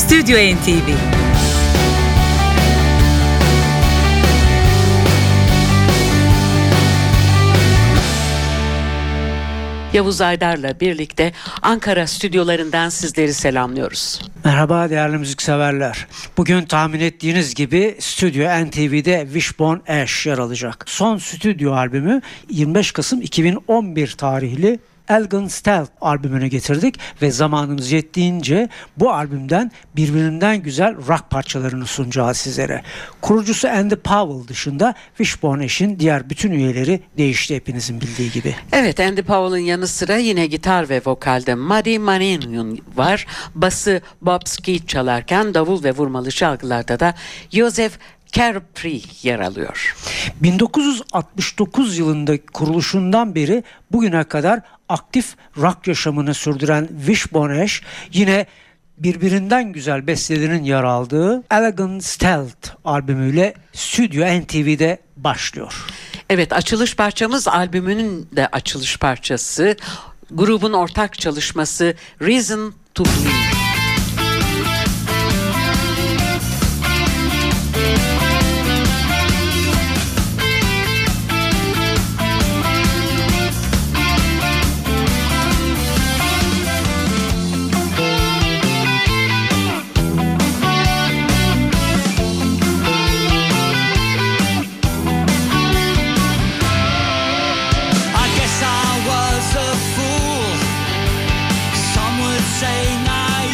Stüdyo NTV. Yavuz Aydar'la birlikte Ankara stüdyolarından sizleri selamlıyoruz. Merhaba değerli müzikseverler. Bugün tahmin ettiğiniz gibi Stüdyo NTV'de Wishbone Ash yer alacak. Son stüdyo albümü 25 Kasım 2011 tarihli Elegant Stealth albümünü getirdik ve zamanımız yettiğince bu albümden birbirinden güzel rock parçalarını sunacağız sizlere. Kurucusu Andy Powell dışında Wishbone Ash'in diğer bütün üyeleri değişti hepinizin bildiği gibi. Evet, Andy Powell'ın yanı sıra yine gitar ve vokalde Muddy Mannion var. Bası Bob Skeet çalarken davul ve vurmalı çalgılarda da Joseph Carpri yer alıyor. 1969 yılında kuruluşundan beri bugüne kadar aktif rock yaşamını sürdüren Wishbone Ash yine birbirinden güzel bestelerin yer aldığı Elegant Stealth albümüyle Stüdyo NTV'de başlıyor. Evet, açılış parçamız albümünün de açılış parçası. Grubun ortak çalışması Reason to Believe. Say now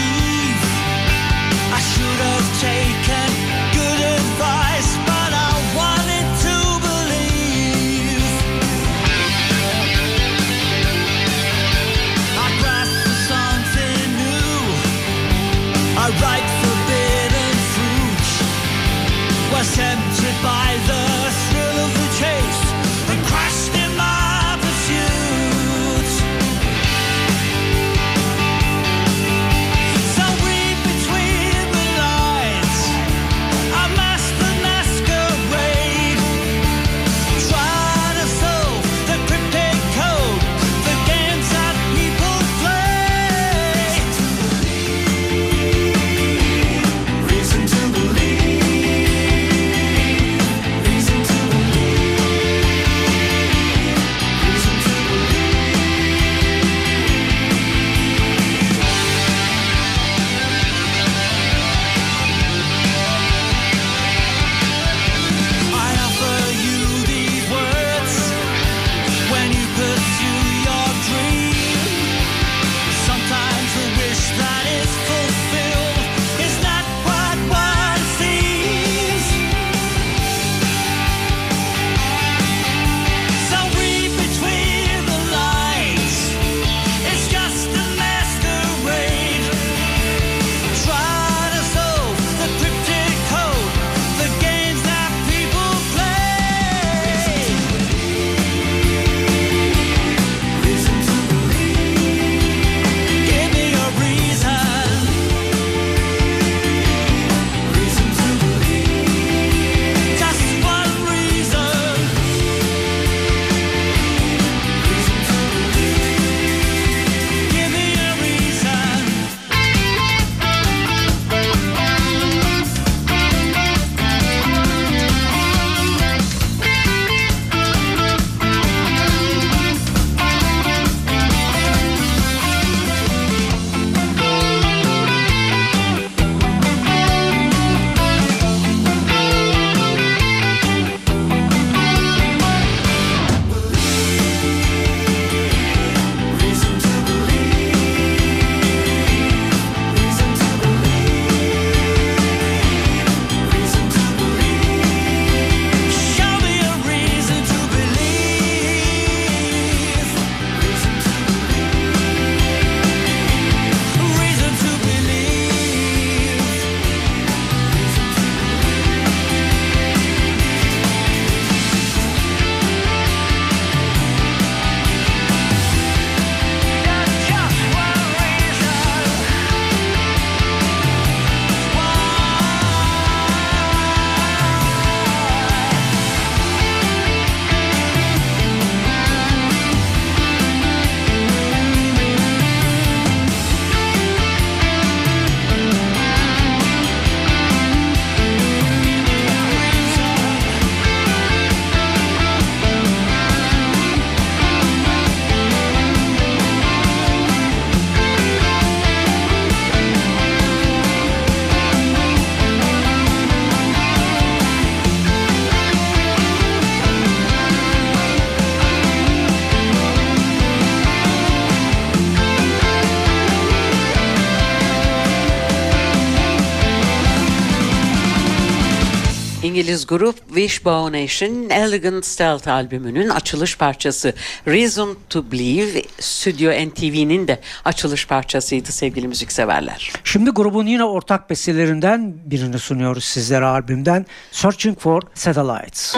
İngiliz grup Wishbone Ash'in Elegant Stealth albümünün açılış parçası Reason to Believe, Stüdyo NTV'nin de açılış parçasıydı sevgili müzikseverler. Şimdi grubun yine ortak bestelerinden birini sunuyoruz sizlere albümden, Searching for Satellites.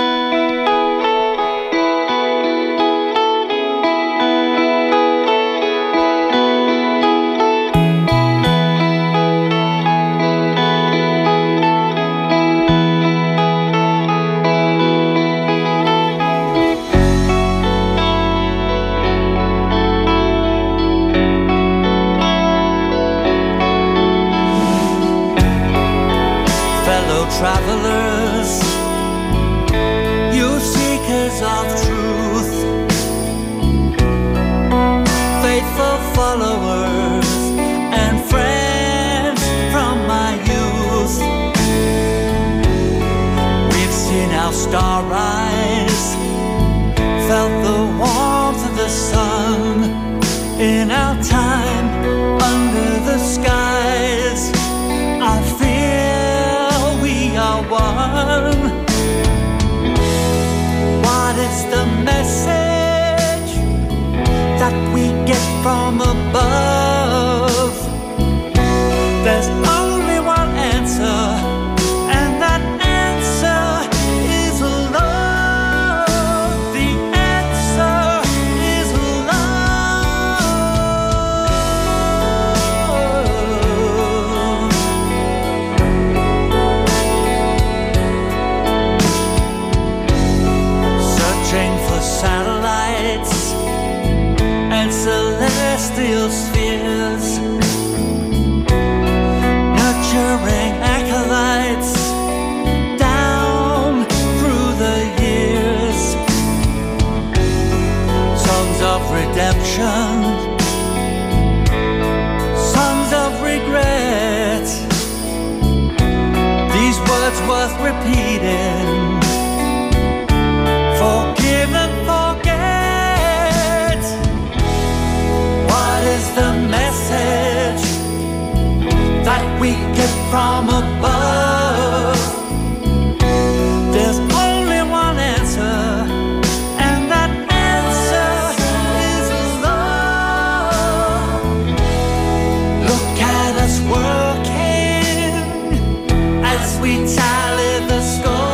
Travelers, you seekers of truth, faithful followers and friends from my youth. We've seen our star rise, felt the warmth of the sun in our time under the skies. I feel we are one. What is the message that we get from above? There's only one answer, and that answer is love. The answer is satellites and celestial spheres, nurturing acolytes down through the years. Songs of redemption, songs of regret, these words worth repeating. Forgive and forget. What is the message that we get from above? There's only one answer, and that answer is love. Look at us working as we tally the score.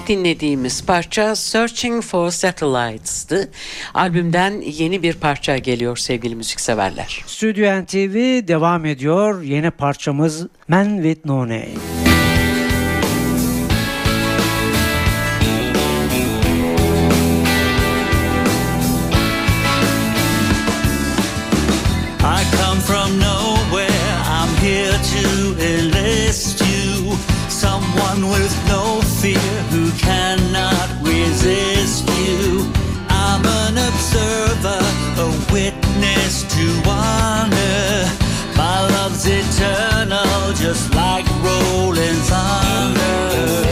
İlk dinlediğimiz parça Searching for Satellites'tı. Albümden yeni bir parça geliyor sevgili müzikseverler. Stüdyo NTV devam ediyor. Yeni parçamız Man With No Name. I come from nowhere, I'm here to enlist you. Someone with no fear who cannot resist you. I'm an observer, a witness to wonder. My love's eternal, just like rolling thunder.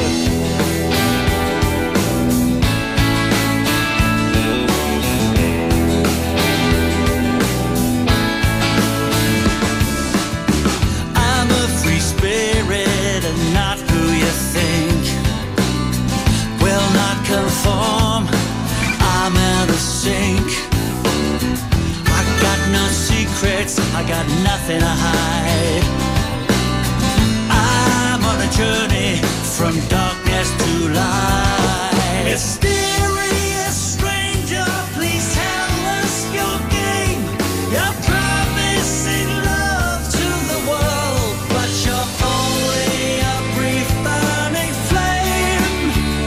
Conform, I'm out of sync. I got no secrets, I got nothing to hide. I'm on a journey from darkness to light. Mysterious stranger, please tell us your game. You're promising love to the world, but you're only a brief burning flame.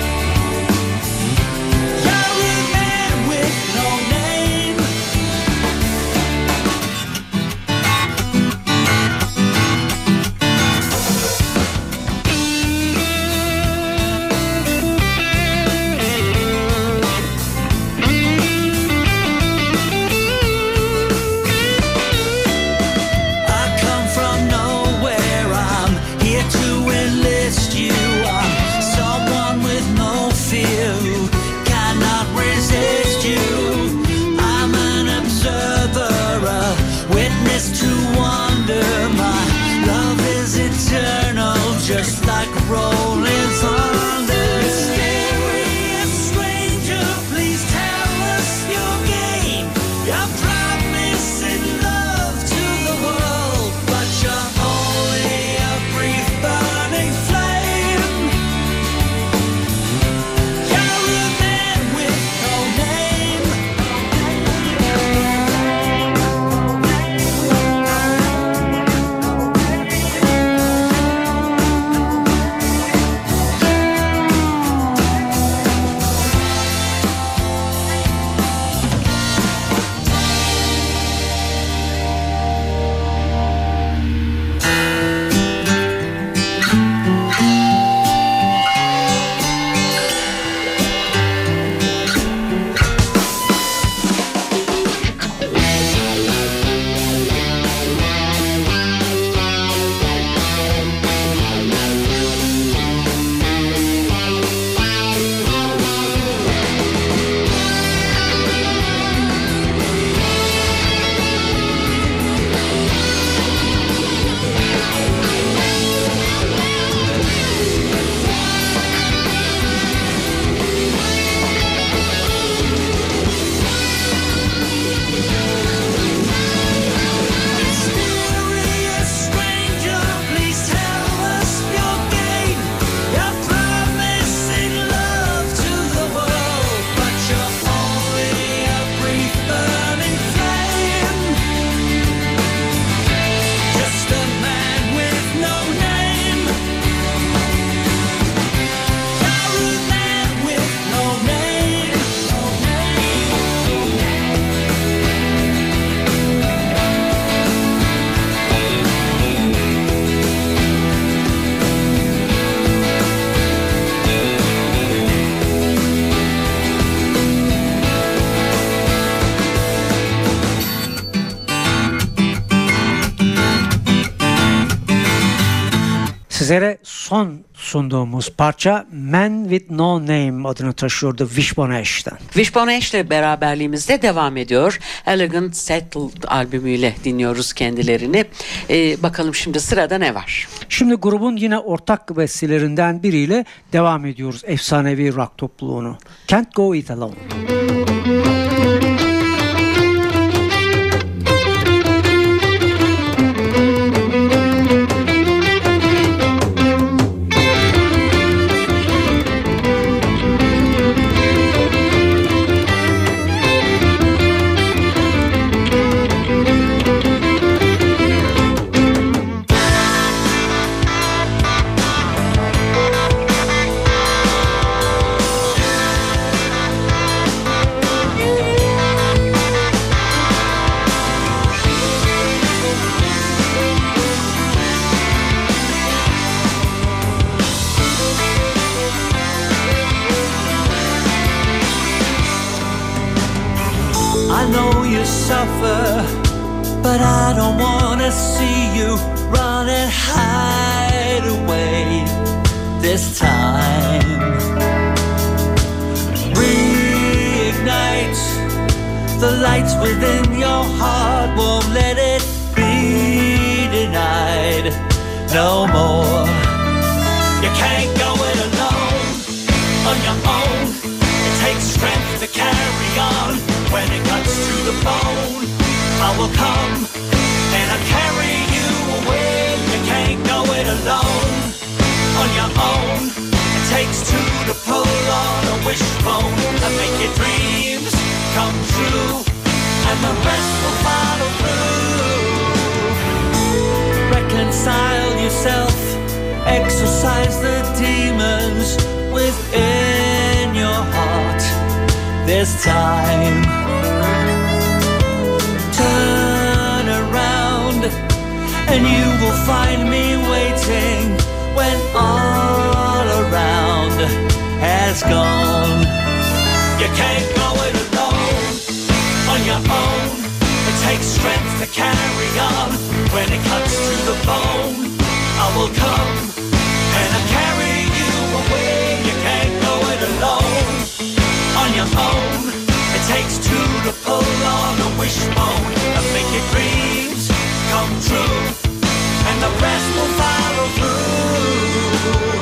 Just like rolling thunder. Mysterious stranger, please tell us your game. You're promising love to the world, but you're only a brief burning flame. You're a man with no name. Sizlere son sunduğumuz parça Man With No Name adını taşıyordu Wishbone Ash'ten. Wishbone Ash'le beraberliğimizde devam ediyor. Elegant Settled albümüyle dinliyoruz kendilerini. Bakalım şimdi sırada ne var? Şimdi grubun yine ortak bestelerinden biriyle devam ediyoruz efsanevi rock topluluğunu. Can't Go It Alone. suffer, but I don't wanna see you run and hide away this time. Reignite the lights within your heart, won't let it be denied no more. You can't go it alone, on your own. It takes strength to carry on when it cuts to the bone. I will come and I'll carry you away. You can't go it alone, on your own. It takes two to pull on a wishbone and make your dreams come true, and the rest will follow through. Reconcile yourself, exorcise the demons within your heart this time. Turn around and you will find me waiting when all around has gone. You can't go it alone, on your own. It takes strength to carry on when it cuts to the bone. I will come and I'll carry you away. You can't go it alone, on your own. It takes two to pull on a wishbone and make your dreams come true, and the rest will follow through.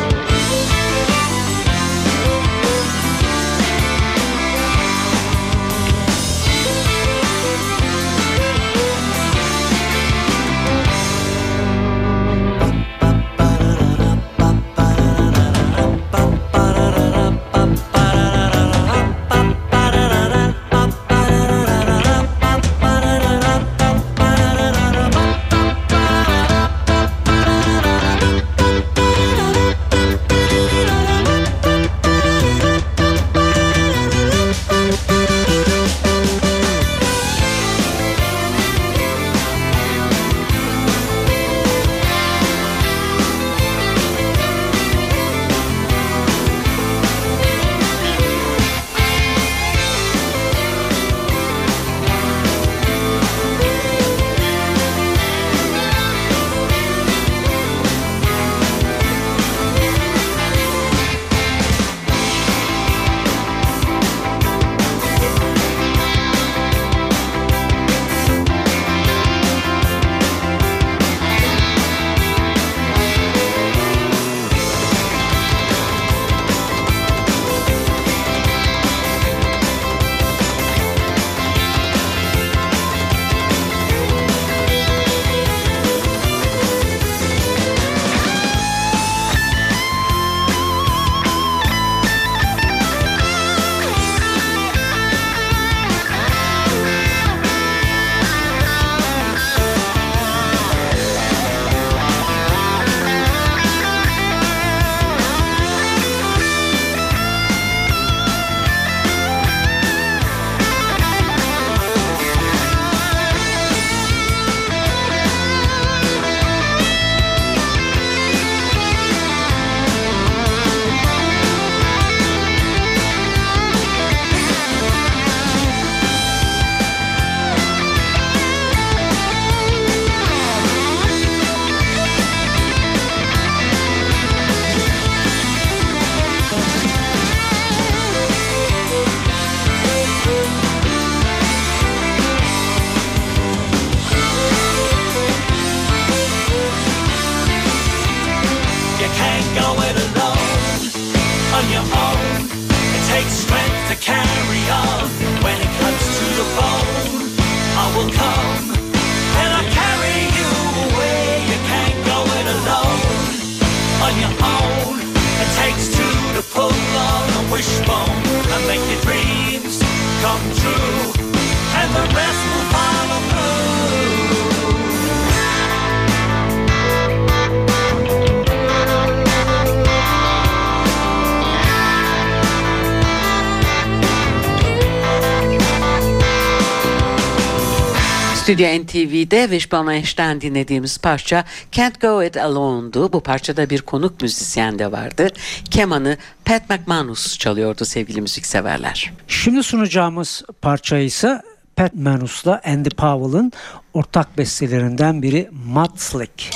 Stüdyo NTV'de Wishbone Ash'ten dinlediğimiz parça Can't Go It Alone'du. Bu parçada bir konuk müzisyen de vardı. Kemanı Pat McManus çalıyordu sevgili müzikseverler. Şimdi sunacağımız parça ise Pat Manus'la Andy Powell'ın ortak bestelerinden biri Mud Slick.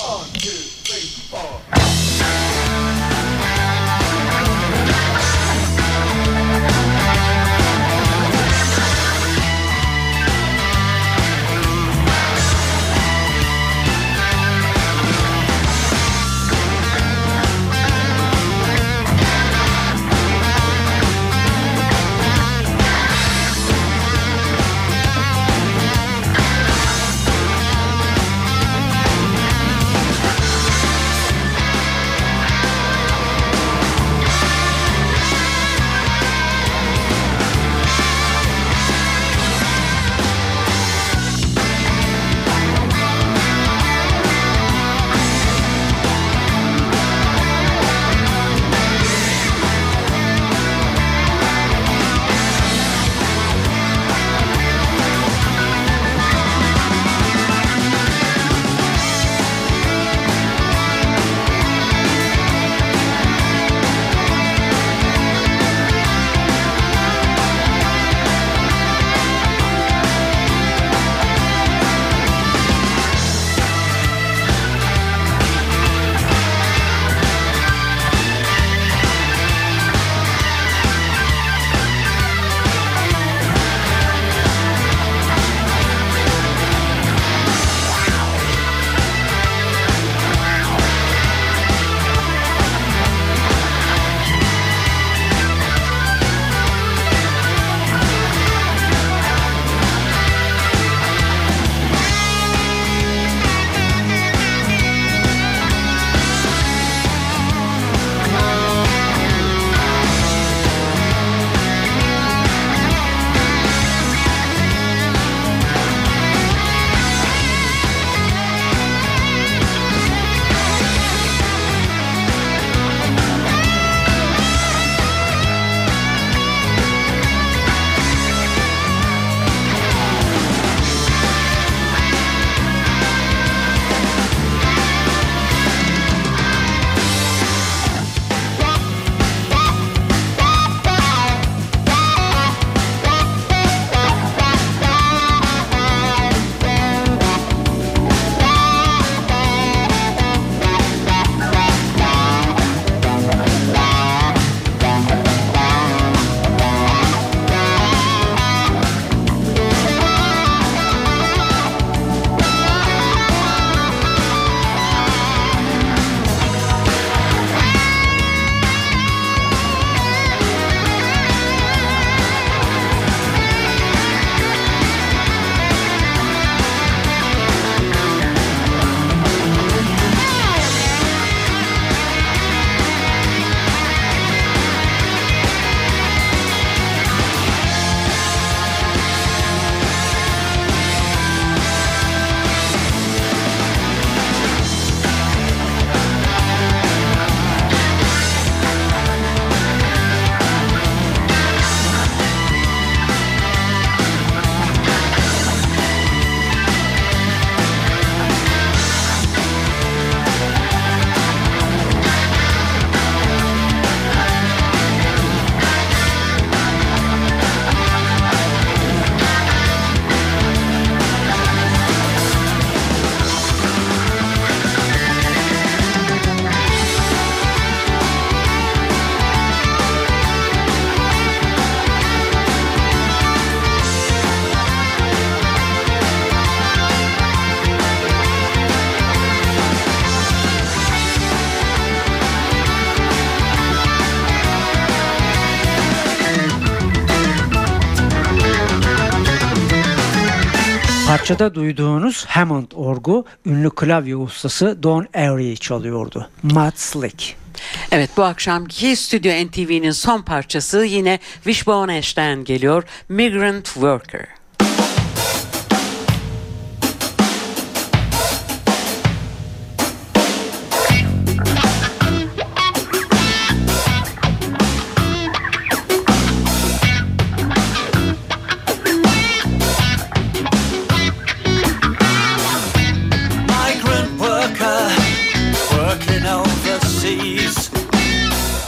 Parçada duyduğunuz Hammond orgu ünlü klavye ustası Don Airey çalıyordu. Mud Slick. Evet, bu akşamki Stüdyo NTV'nin son parçası yine Wishbone Ash'ten geliyor. Migrant Worker.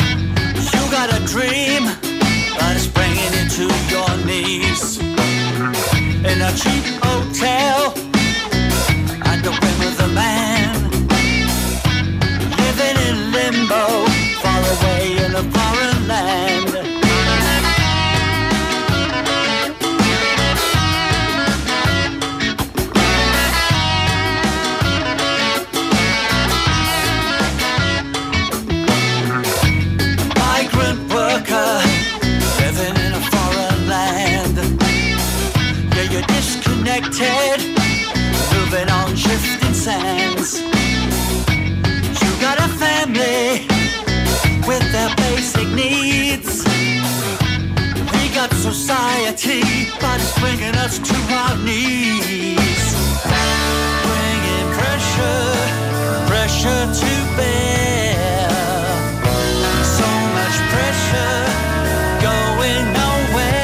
Dream, but it's bringing you to your knees. in a cheap hotel at the whim of the man, living in limbo, far away in a foreign land. Migrant worker, living in a foreign land. Yeah, you're disconnected, moving on shifting sands. You got a family with their basic needs. We got society, but it's bringing us to our knees. Bringing pressure, pressure to bear. So much pressure, going nowhere.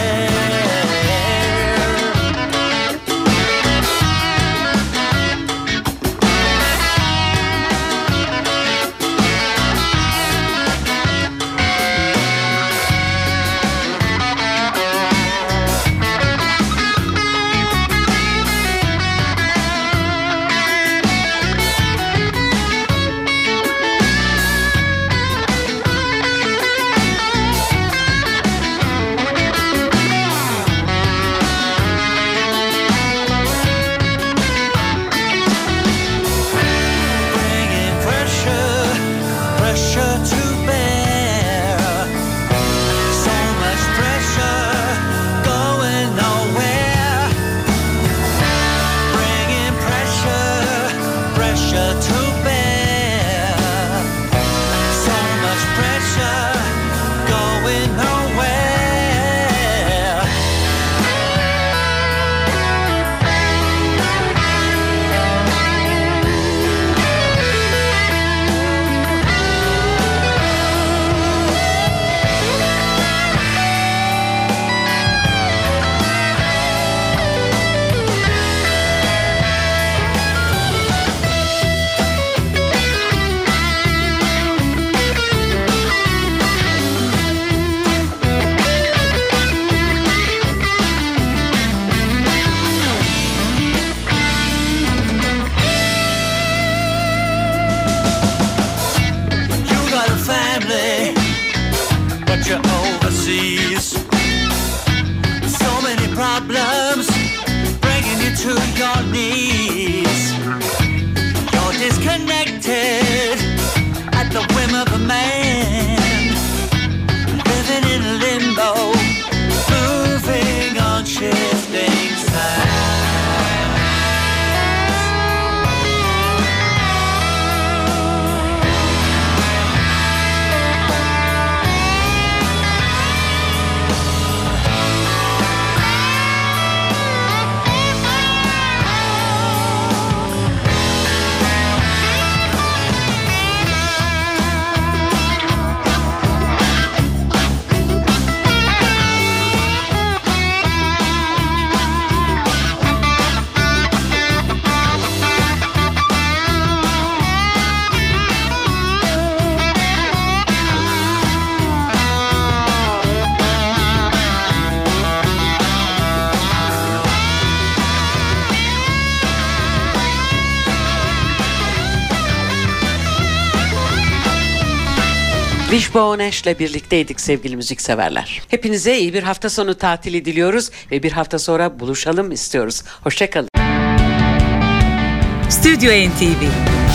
You're overseas. So many problems bringing you to your knees. You're disconnected at the whim of a man, living in limbo, moving on shifting sands. Wishbone Ash'le birlikteydik sevgili müzikseverler. Hepinize iyi bir hafta sonu tatili diliyoruz ve bir hafta sonra buluşalım istiyoruz. Hoşça kalın. Stüdyo NTV